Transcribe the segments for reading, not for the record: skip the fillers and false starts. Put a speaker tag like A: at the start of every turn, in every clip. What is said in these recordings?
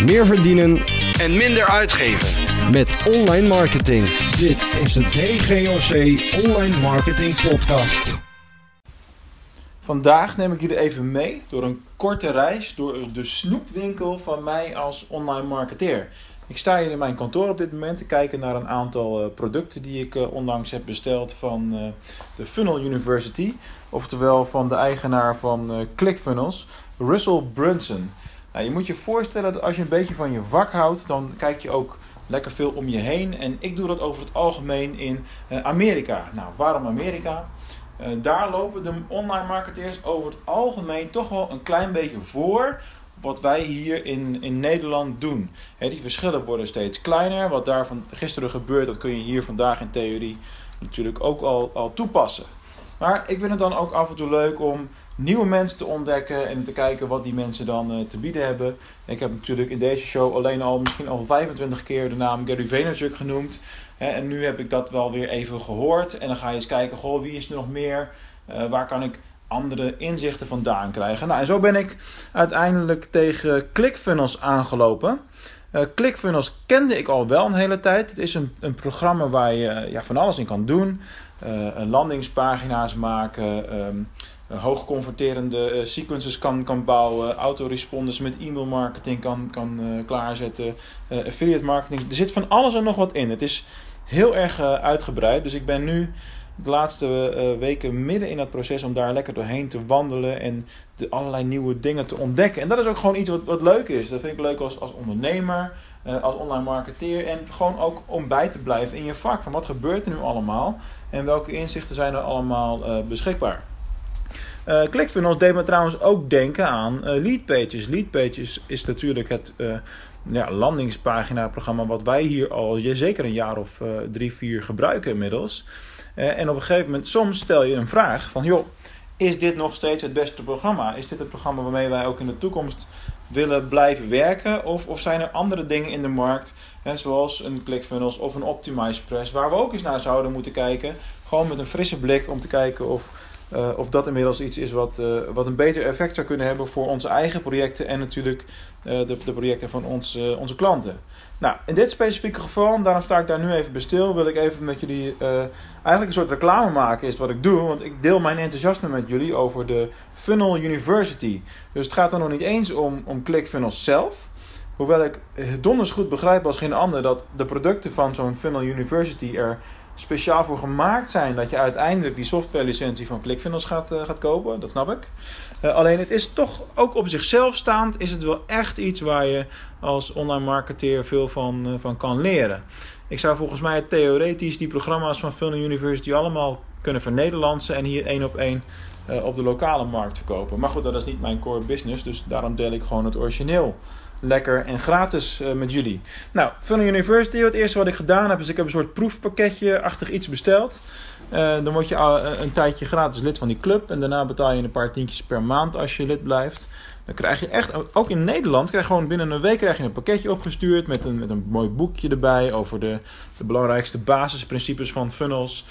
A: meer verdienen
B: en minder uitgeven
A: met online marketing.
C: Dit is de DGOC Online Marketing Podcast.
D: Vandaag neem ik jullie even mee door een korte reis door de snoepwinkel van mij als online marketeer. Ik sta hier in mijn kantoor op dit moment te kijken naar een aantal producten die ik onlangs heb besteld van de Funnel University. Oftewel van de eigenaar van ClickFunnels, Russell Brunson. Nou, je moet je voorstellen dat als je een beetje van je vak houdt, dan kijk je ook lekker veel om je heen. En ik doe dat over het algemeen in Amerika. Nou, waarom Amerika? Daar lopen de online marketeers over het algemeen toch wel een klein beetje voor wat wij hier in Nederland doen. Die verschillen worden steeds kleiner. Wat daar van gisteren gebeurt, dat kun je hier vandaag in theorie natuurlijk ook al toepassen. Maar ik vind het dan ook af en toe leuk om nieuwe mensen te ontdekken en te kijken wat die mensen dan te bieden hebben. Ik heb natuurlijk in deze show alleen misschien al 25 keer de naam Gary Vaynerchuk genoemd. En nu heb ik dat wel weer even gehoord. En dan ga je eens kijken, wie is er nog meer? Waar kan ik andere inzichten vandaan krijgen? Nou, en zo ben ik uiteindelijk tegen ClickFunnels aangelopen. ClickFunnels kende ik al wel een hele tijd. Het is een programma waar je van alles in kan doen. Landingspagina's maken, hoogconverterende sequences kan bouwen, autoresponders met e-mail marketing kan klaarzetten, affiliate marketing. Er zit van alles en nog wat in. Het is heel erg uitgebreid, dus ik ben nu de laatste weken midden in het proces om daar lekker doorheen te wandelen en allerlei nieuwe dingen te ontdekken. En dat is ook gewoon iets wat leuk is. Dat vind ik leuk als ondernemer, als online marketeer en gewoon ook om bij te blijven in je vak. Van wat gebeurt er nu allemaal en welke inzichten zijn er allemaal beschikbaar. ClickFunnels deed me trouwens ook denken aan Leadpages. Leadpages is natuurlijk het landingspagina programma wat wij hier al zeker een jaar of 3-4 gebruiken inmiddels. En op een gegeven moment, soms stel je een vraag van, is dit nog steeds het beste programma? Is dit het programma waarmee wij ook in de toekomst willen blijven werken? Of zijn er andere dingen in de markt, zoals een ClickFunnels of een OptimizePress, waar we ook eens naar zouden moeten kijken? Gewoon met een frisse blik om te kijken of dat inmiddels iets is wat een beter effect zou kunnen hebben voor onze eigen projecten en natuurlijk de projecten van onze klanten. Nou, in dit specifieke geval, daarom sta ik daar nu even bij stil, wil ik even met jullie eigenlijk een soort reclame maken is wat ik doe. Want ik deel mijn enthousiasme met jullie over de Funnel University. Dus het gaat er nog niet eens om ClickFunnels zelf. Hoewel ik donders goed begrijp als geen ander dat de producten van zo'n Funnel University er speciaal voor gemaakt zijn dat je uiteindelijk die software licentie van ClickFunnels gaat kopen. Dat snap ik. Alleen het is toch ook op zichzelf staand is het wel echt iets waar je als online marketeer veel van kan leren. Ik zou volgens mij theoretisch die programma's van Funnel University allemaal kunnen vernederlandsen en hier 1-op-1 op de lokale markt verkopen. Maar goed, dat is niet mijn core business, dus daarom deel ik gewoon het origineel lekker en gratis met jullie. Nou, Funnel University, het eerste wat ik gedaan heb, is ik heb een soort proefpakketje-achtig iets besteld. Dan word je een tijdje gratis lid van die club en daarna betaal je een paar tientjes per maand als je lid blijft. Dan krijg je echt, ook in Nederland, gewoon binnen een week krijg je een pakketje opgestuurd met een mooi boekje erbij over de belangrijkste basisprincipes van funnels.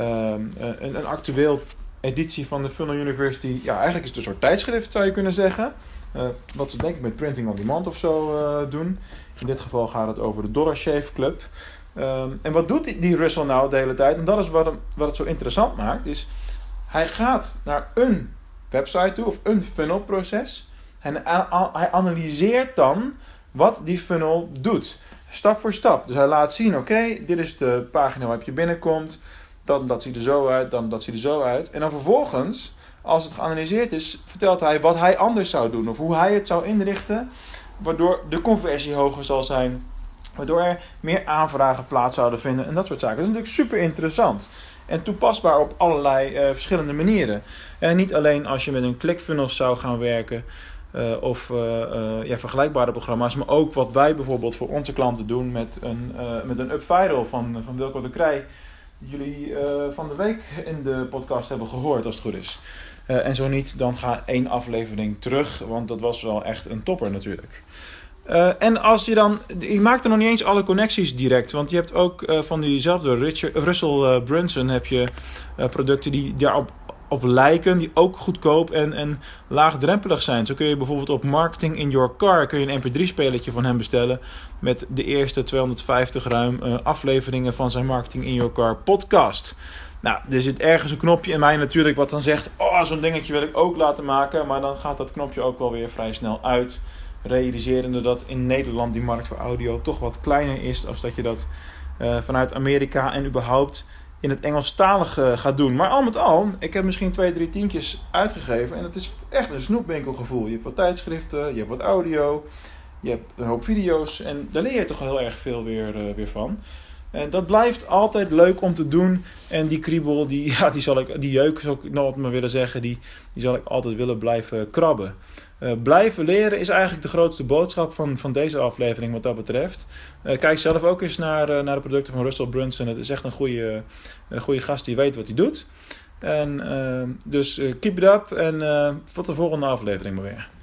D: Een actueel editie van de Funnel University. Ja, eigenlijk is het een soort tijdschrift zou je kunnen zeggen. Wat ze denk ik met Printing on Demand of zo doen. In dit geval gaat het over de Dollar Shave Club. En wat doet die Russell nou de hele tijd? En dat is wat het zo interessant maakt. Is hij gaat naar een website toe of een funnelproces. En hij analyseert dan wat die funnel doet. Stap voor stap. Dus hij laat zien, oké, dit is de pagina waarop je binnenkomt. Dat ziet er zo uit, dan dat ziet er zo uit. En dan vervolgens, als het geanalyseerd is, vertelt hij wat hij anders zou doen. Of hoe hij het zou inrichten, waardoor de conversie hoger zal zijn. Waardoor er meer aanvragen plaats zouden vinden en dat soort zaken. Dat is natuurlijk super interessant. En toepasbaar op allerlei verschillende manieren. En niet alleen als je met een ClickFunnels zou gaan werken. Of vergelijkbare programma's. Maar ook wat wij bijvoorbeeld voor onze klanten doen met een UpViral van Wilco de Krij. Die jullie van de week in de podcast hebben gehoord als het goed is. En zo niet, dan ga 1 aflevering terug. Want dat was wel echt een topper natuurlijk. En als je maakt er nog niet eens alle connecties direct. Want je hebt ook van diezelfde Russell Brunson heb je producten die daarop op lijken, die ook goedkoop en laagdrempelig zijn. Zo kun je bijvoorbeeld op Marketing in Your Car kun je een mp3-spelertje van hem bestellen met de eerste 250 ruim afleveringen van zijn Marketing in Your Car podcast. Nou, er zit ergens een knopje in mij natuurlijk wat dan zegt, zo'n dingetje wil ik ook laten maken, maar dan gaat dat knopje ook wel weer vrij snel uit, realiserende dat in Nederland die markt voor audio toch wat kleiner is als dat je dat vanuit Amerika en überhaupt in het Engelstalige gaat doen. Maar al met al, ik heb misschien 2-3 tientjes uitgegeven en het is echt een snoepwinkelgevoel. Je hebt wat tijdschriften, je hebt wat audio, je hebt een hoop video's en daar leer je toch heel erg veel weer van. En dat blijft altijd leuk om te doen. En die kriebel, die jeuk zou ik nog maar willen zeggen, die zal ik altijd willen blijven krabben. Blijven leren is eigenlijk de grootste boodschap van deze aflevering wat dat betreft. Kijk zelf ook eens naar de producten van Russell Brunson. Het is echt een goede gast die weet wat hij doet. En dus keep it up en tot de volgende aflevering maar weer.